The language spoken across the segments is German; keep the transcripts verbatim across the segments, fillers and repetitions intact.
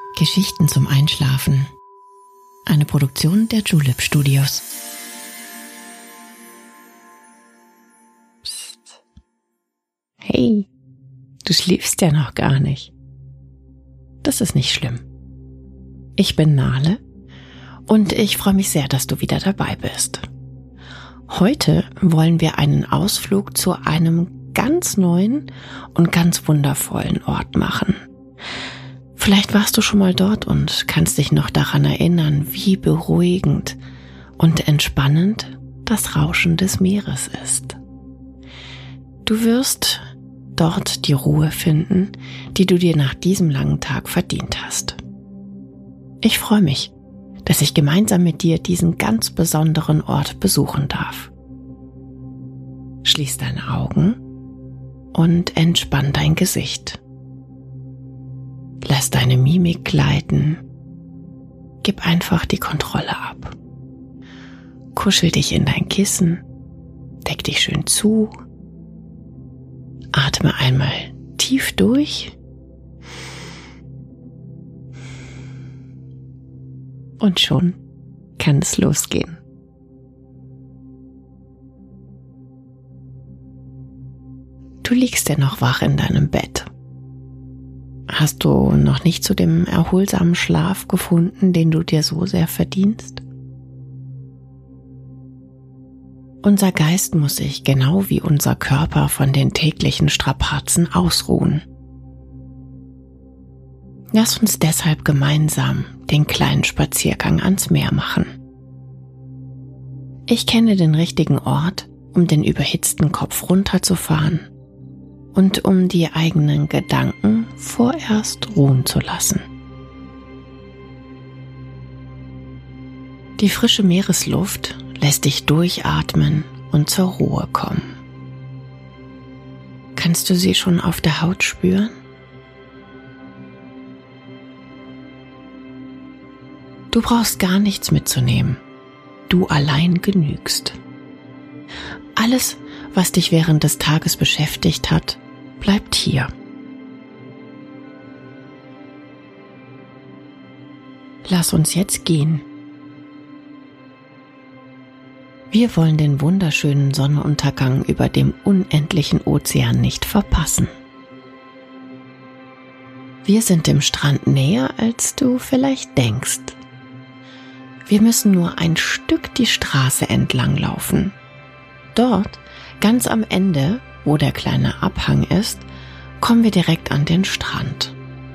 Geschichten zum Einschlafen. Eine Produktion der Julep Studios. Psst. Hey, du schläfst ja noch gar nicht. Das ist nicht schlimm. Ich bin Nale und ich freue mich sehr, dass du wieder dabei bist. Heute wollen wir einen Ausflug zu einem ganz neuen und ganz wundervollen Ort machen. Vielleicht warst du schon mal dort und kannst dich noch daran erinnern, wie beruhigend und entspannend das Rauschen des Meeres ist. Du wirst dort die Ruhe finden, die du dir nach diesem langen Tag verdient hast. Ich freue mich, dass ich gemeinsam mit dir diesen ganz besonderen Ort besuchen darf. Schließ deine Augen und entspann dein Gesicht. Lass deine Mimik gleiten. Gib einfach die Kontrolle ab. Kuschel dich in dein Kissen. Deck dich schön zu. Atme einmal tief durch. Und schon kann es losgehen. Du liegst ja noch wach in deinem Bett. Hast du noch nicht zu dem erholsamen Schlaf gefunden, den du dir so sehr verdienst? Unser Geist muss sich genau wie unser Körper von den täglichen Strapazen ausruhen. Lass uns deshalb gemeinsam den kleinen Spaziergang ans Meer machen. Ich kenne den richtigen Ort, um den überhitzten Kopf runterzufahren und um die eigenen Gedanken vorerst ruhen zu lassen. Die frische Meeresluft lässt dich durchatmen und zur Ruhe kommen. Kannst du sie schon auf der Haut spüren? Du brauchst gar nichts mitzunehmen. Du allein genügst. Alles, was dich während des Tages beschäftigt hat, bleibt hier. Lass uns jetzt gehen. Wir wollen den wunderschönen Sonnenuntergang über dem unendlichen Ozean nicht verpassen. Wir sind dem Strand näher, als du vielleicht denkst. Wir müssen nur ein Stück die Straße entlang laufen. Dort, ganz am Ende, wo der kleine Abhang ist, kommen wir direkt an den Strand.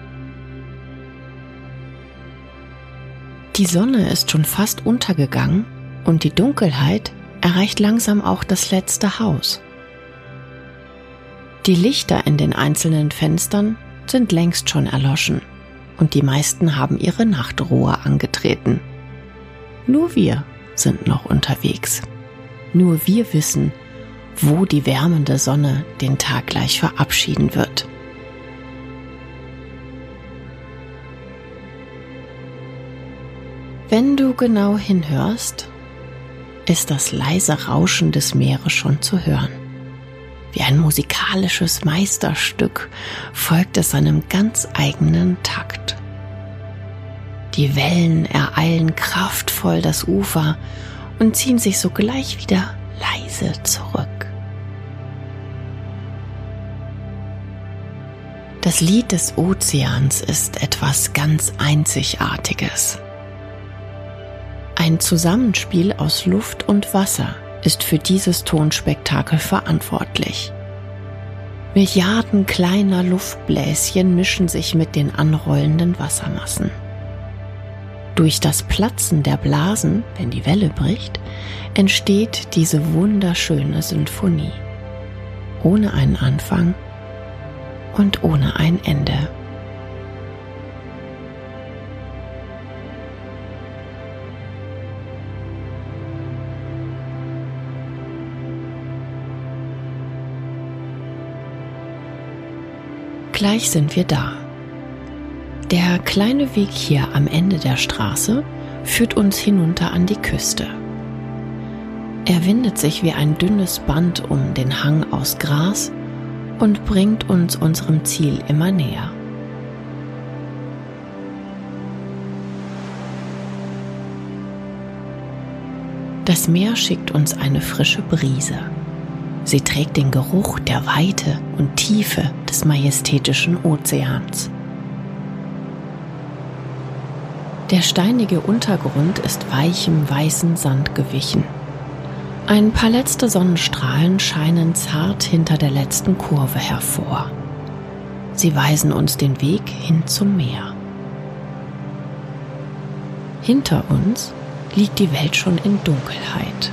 Die Sonne ist schon fast untergegangen und die Dunkelheit erreicht langsam auch das letzte Haus. Die Lichter in den einzelnen Fenstern sind längst schon erloschen und die meisten haben ihre Nachtruhe angetreten. Nur wir sind noch unterwegs. Nur wir wissen, wo die wärmende Sonne den Tag gleich verabschieden wird. Wenn du genau hinhörst, ist das leise Rauschen des Meeres schon zu hören. Wie ein musikalisches Meisterstück folgt es seinem ganz eigenen Takt. Die Wellen ereilen kraftvoll das Ufer und ziehen sich sogleich wieder leise zurück. Das Lied des Ozeans ist etwas ganz Einzigartiges. Ein Zusammenspiel aus Luft und Wasser ist für dieses Tonspektakel verantwortlich. Milliarden kleiner Luftbläschen mischen sich mit den anrollenden Wassermassen. Durch das Platzen der Blasen, wenn die Welle bricht, entsteht diese wunderschöne Sinfonie. Ohne einen Anfang und ohne ein Ende. Gleich sind wir da. Der kleine Weg hier am Ende der Straße führt uns hinunter an die Küste. Er windet sich wie ein dünnes Band um den Hang aus Gras und bringt uns unserem Ziel immer näher. Das Meer schickt uns eine frische Brise. Sie trägt den Geruch der Weite und Tiefe des majestätischen Ozeans. Der steinige Untergrund ist weichem weißen Sand gewichen. Ein paar letzte Sonnenstrahlen scheinen zart hinter der letzten Kurve hervor. Sie weisen uns den Weg hin zum Meer. Hinter uns liegt die Welt schon in Dunkelheit.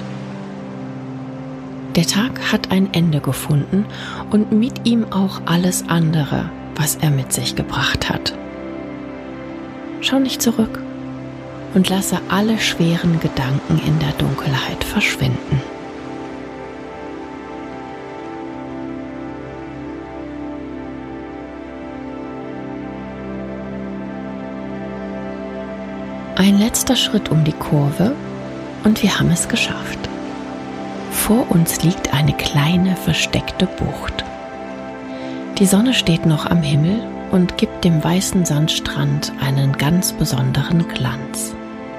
Der Tag hat ein Ende gefunden und mit ihm auch alles andere, was er mit sich gebracht hat. Schau nicht zurück und lasse alle schweren Gedanken in der Dunkelheit verschwinden. Ein letzter Schritt um die Kurve und wir haben es geschafft. Vor uns liegt eine kleine versteckte Bucht. Die Sonne steht noch am Himmel und gibt dem weißen Sandstrand einen ganz besonderen Glanz.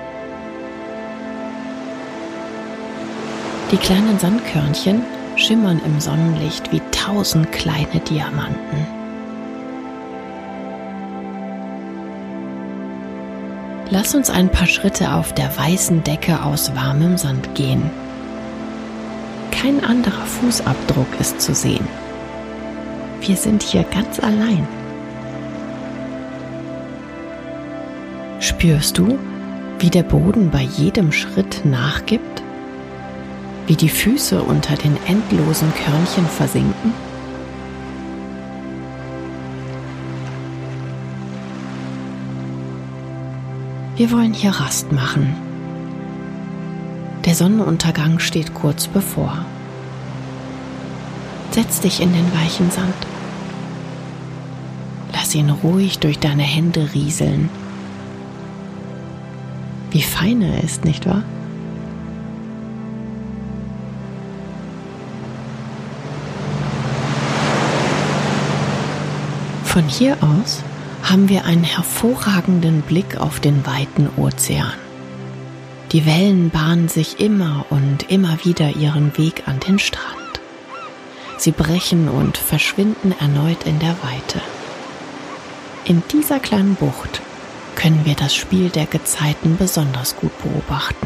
Die kleinen Sandkörnchen schimmern im Sonnenlicht wie tausend kleine Diamanten. Lass uns ein paar Schritte auf der weißen Decke aus warmem Sand gehen. Kein anderer Fußabdruck ist zu sehen. Wir sind hier ganz allein. Spürst du, wie der Boden bei jedem Schritt nachgibt? Wie die Füße unter den endlosen Körnchen versinken? Wir wollen hier Rast machen. Der Sonnenuntergang steht kurz bevor. Setz dich in den weichen Sand. Lass ihn ruhig durch deine Hände rieseln. Wie fein er ist, nicht wahr? Von hier aus haben wir einen hervorragenden Blick auf den weiten Ozean. Die Wellen bahnen sich immer und immer wieder ihren Weg an den Strand. Sie brechen und verschwinden erneut in der Weite. In dieser kleinen Bucht können wir das Spiel der Gezeiten besonders gut beobachten.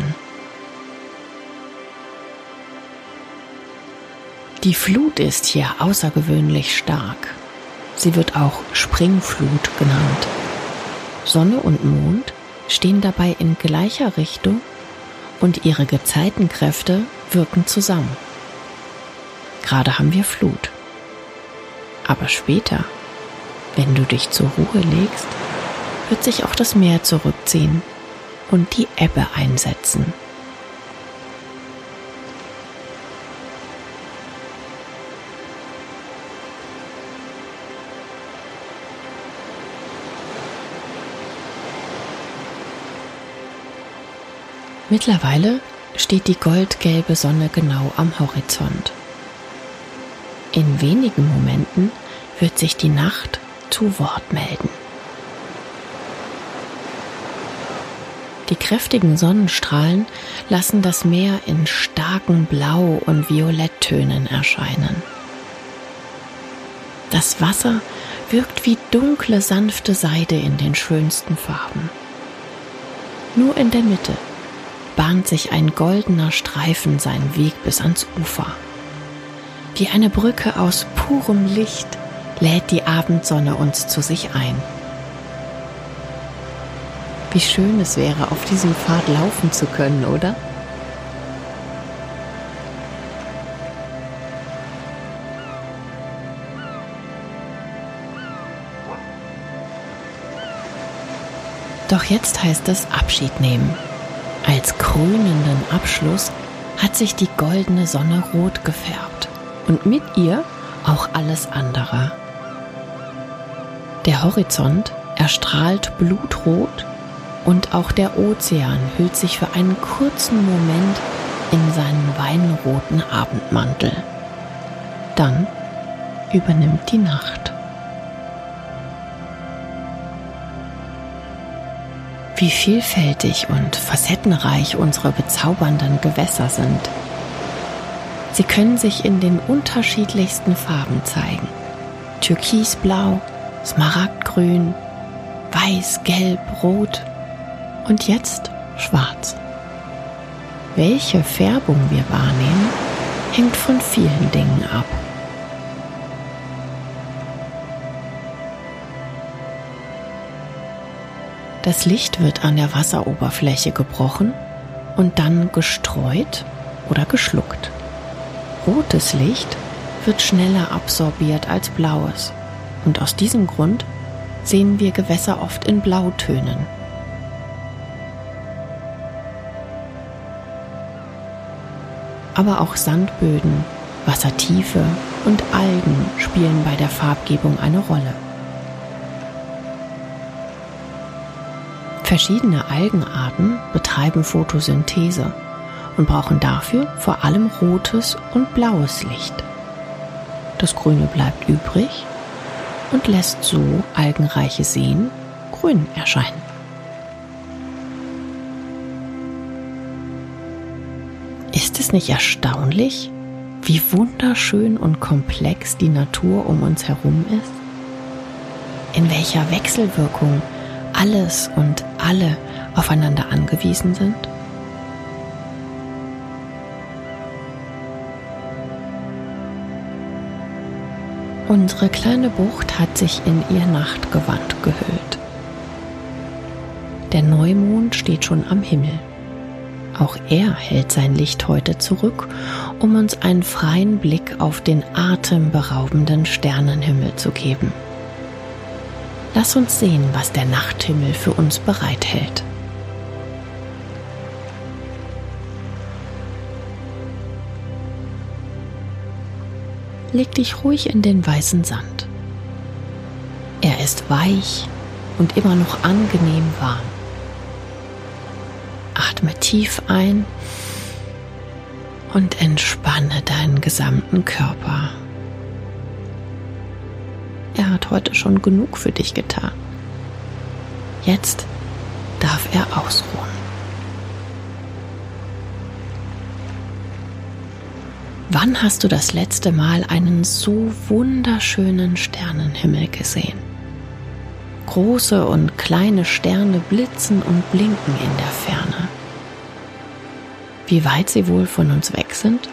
Die Flut ist hier außergewöhnlich stark. Sie wird auch Springflut genannt. Sonne und Mond stehen dabei in gleicher Richtung und ihre Gezeitenkräfte wirken zusammen. Gerade haben wir Flut. Aber später, wenn du dich zur Ruhe legst, wird sich auch das Meer zurückziehen und die Ebbe einsetzen. Mittlerweile steht die goldgelbe Sonne genau am Horizont. In wenigen Momenten wird sich die Nacht zu Wort melden. Die kräftigen Sonnenstrahlen lassen das Meer in starken Blau- und Violetttönen erscheinen. Das Wasser wirkt wie dunkle, sanfte Seide in den schönsten Farben. Nur in der Mitte bahnt sich ein goldener Streifen seinen Weg bis ans Ufer. Wie eine Brücke aus purem Licht lädt die Abendsonne uns zu sich ein. Wie schön es wäre, auf diesem Pfad laufen zu können, oder? Doch jetzt heißt es Abschied nehmen. Als krönenden Abschluss hat sich die goldene Sonne rot gefärbt und mit ihr auch alles andere. Der Horizont erstrahlt blutrot und auch der Ozean hüllt sich für einen kurzen Moment in seinen weinroten Abendmantel. Dann übernimmt die Nacht. wie vielfältig und facettenreich unsere bezaubernden Gewässer sind. Sie können sich in den unterschiedlichsten Farben zeigen. Türkisblau, Smaragdgrün, Weiß, Gelb, Rot und jetzt Schwarz. Welche Färbung wir wahrnehmen, hängt von vielen Dingen ab. Das Licht wird an der Wasseroberfläche gebrochen und dann gestreut oder geschluckt. Rotes Licht wird schneller absorbiert als blaues und aus diesem Grund sehen wir Gewässer oft in Blautönen. Aber auch Sandböden, Wassertiefe und Algen spielen bei der Farbgebung eine Rolle. Verschiedene Algenarten betreiben Photosynthese und brauchen dafür vor allem rotes und blaues Licht. Das Grüne bleibt übrig und lässt so algenreiche Seen grün erscheinen. Ist es nicht erstaunlich, wie wunderschön und komplex die Natur um uns herum ist? In welcher Wechselwirkung alles und alle aufeinander angewiesen sind? Unsere kleine Bucht hat sich in ihr Nachtgewand gehüllt. Der Neumond steht schon am Himmel. Auch er hält sein Licht heute zurück, um uns einen freien Blick auf den atemberaubenden Sternenhimmel zu geben. Lass uns sehen, was der Nachthimmel für uns bereithält. Leg dich ruhig in den weißen Sand. Er ist weich und immer noch angenehm warm. Atme tief ein und entspanne deinen gesamten Körper. Er hat heute schon genug für dich getan. Jetzt darf er ausruhen. Wann hast du das letzte Mal einen so wunderschönen Sternenhimmel gesehen? Große und kleine Sterne blitzen und blinken in der Ferne. Wie weit sie wohl von uns weg sind?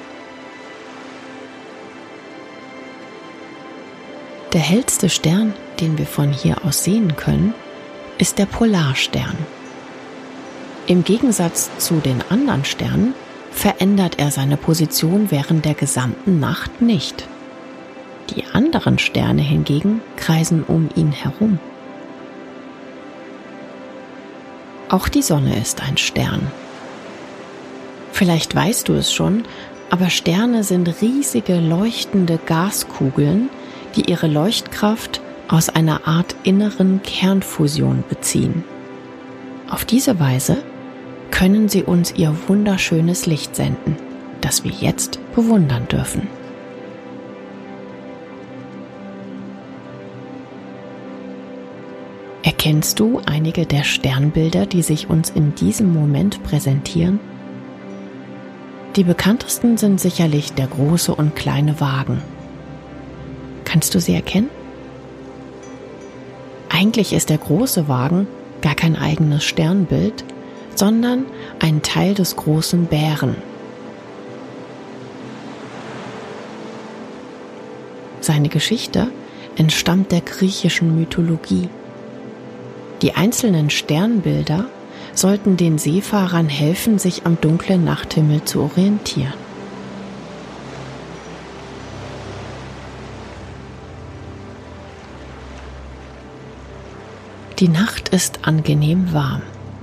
Der hellste Stern, den wir von hier aus sehen können, ist der Polarstern. Im Gegensatz zu den anderen Sternen verändert er seine Position während der gesamten Nacht nicht. Die anderen Sterne hingegen kreisen um ihn herum. Auch die Sonne ist ein Stern. Vielleicht weißt du es schon, aber Sterne sind riesige leuchtende Gaskugeln, die ihre Leuchtkraft aus einer Art inneren Kernfusion beziehen. Auf diese Weise können sie uns ihr wunderschönes Licht senden, das wir jetzt bewundern dürfen. Erkennst du einige der Sternbilder, die sich uns in diesem Moment präsentieren? Die bekanntesten sind sicherlich der große und kleine Wagen. Kannst du sie erkennen? Eigentlich ist der große Wagen gar kein eigenes Sternbild, sondern ein Teil des großen Bären. Seine Geschichte entstammt der griechischen Mythologie. Die einzelnen Sternbilder sollten den Seefahrern helfen, sich am dunklen Nachthimmel zu orientieren. Die Nacht ist angenehm warm.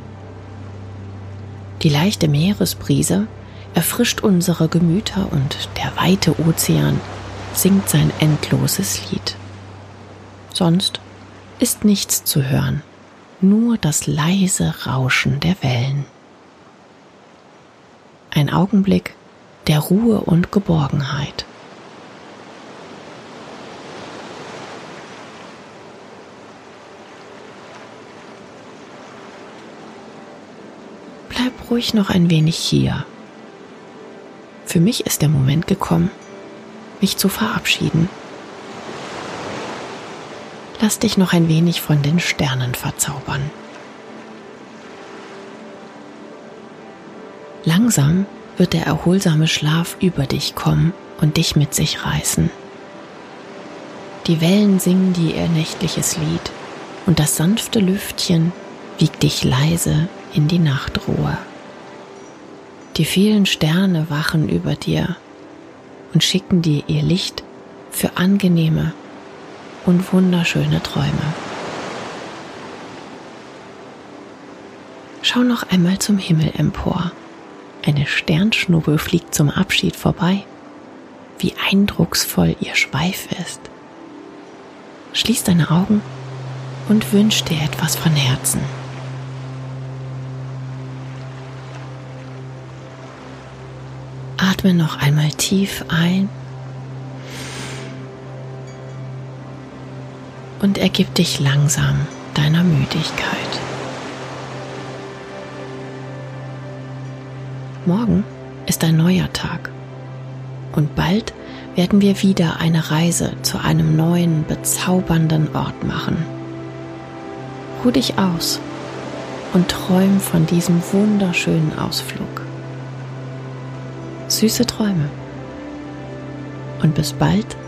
Die leichte Meeresbrise erfrischt unsere Gemüter und der weite Ozean singt sein endloses Lied. Sonst ist nichts zu hören, nur das leise Rauschen der Wellen. Ein Augenblick der Ruhe und Geborgenheit. Bleib ruhig noch ein wenig hier. Für mich ist der Moment gekommen, mich zu verabschieden. Lass dich noch ein wenig von den Sternen verzaubern. Langsam wird der erholsame Schlaf über dich kommen und dich mit sich reißen. Die Wellen singen dir ihr nächtliches Lied und das sanfte Lüftchen wiegt dich leise in die Nachtruhe. Die vielen Sterne wachen über dir und schicken dir ihr Licht für angenehme und wunderschöne Träume. Schau noch einmal zum Himmel empor. Eine Sternschnuppe fliegt zum Abschied vorbei. Wie eindrucksvoll ihr Schweif ist. Schließ deine Augen und wünsch dir etwas von Herzen. Atme noch einmal tief ein und ergib dich langsam deiner Müdigkeit. Morgen ist ein neuer Tag und bald werden wir wieder eine Reise zu einem neuen, bezaubernden Ort machen. Ruh dich aus und träum von diesem wunderschönen Ausflug. Süße Träume und bis bald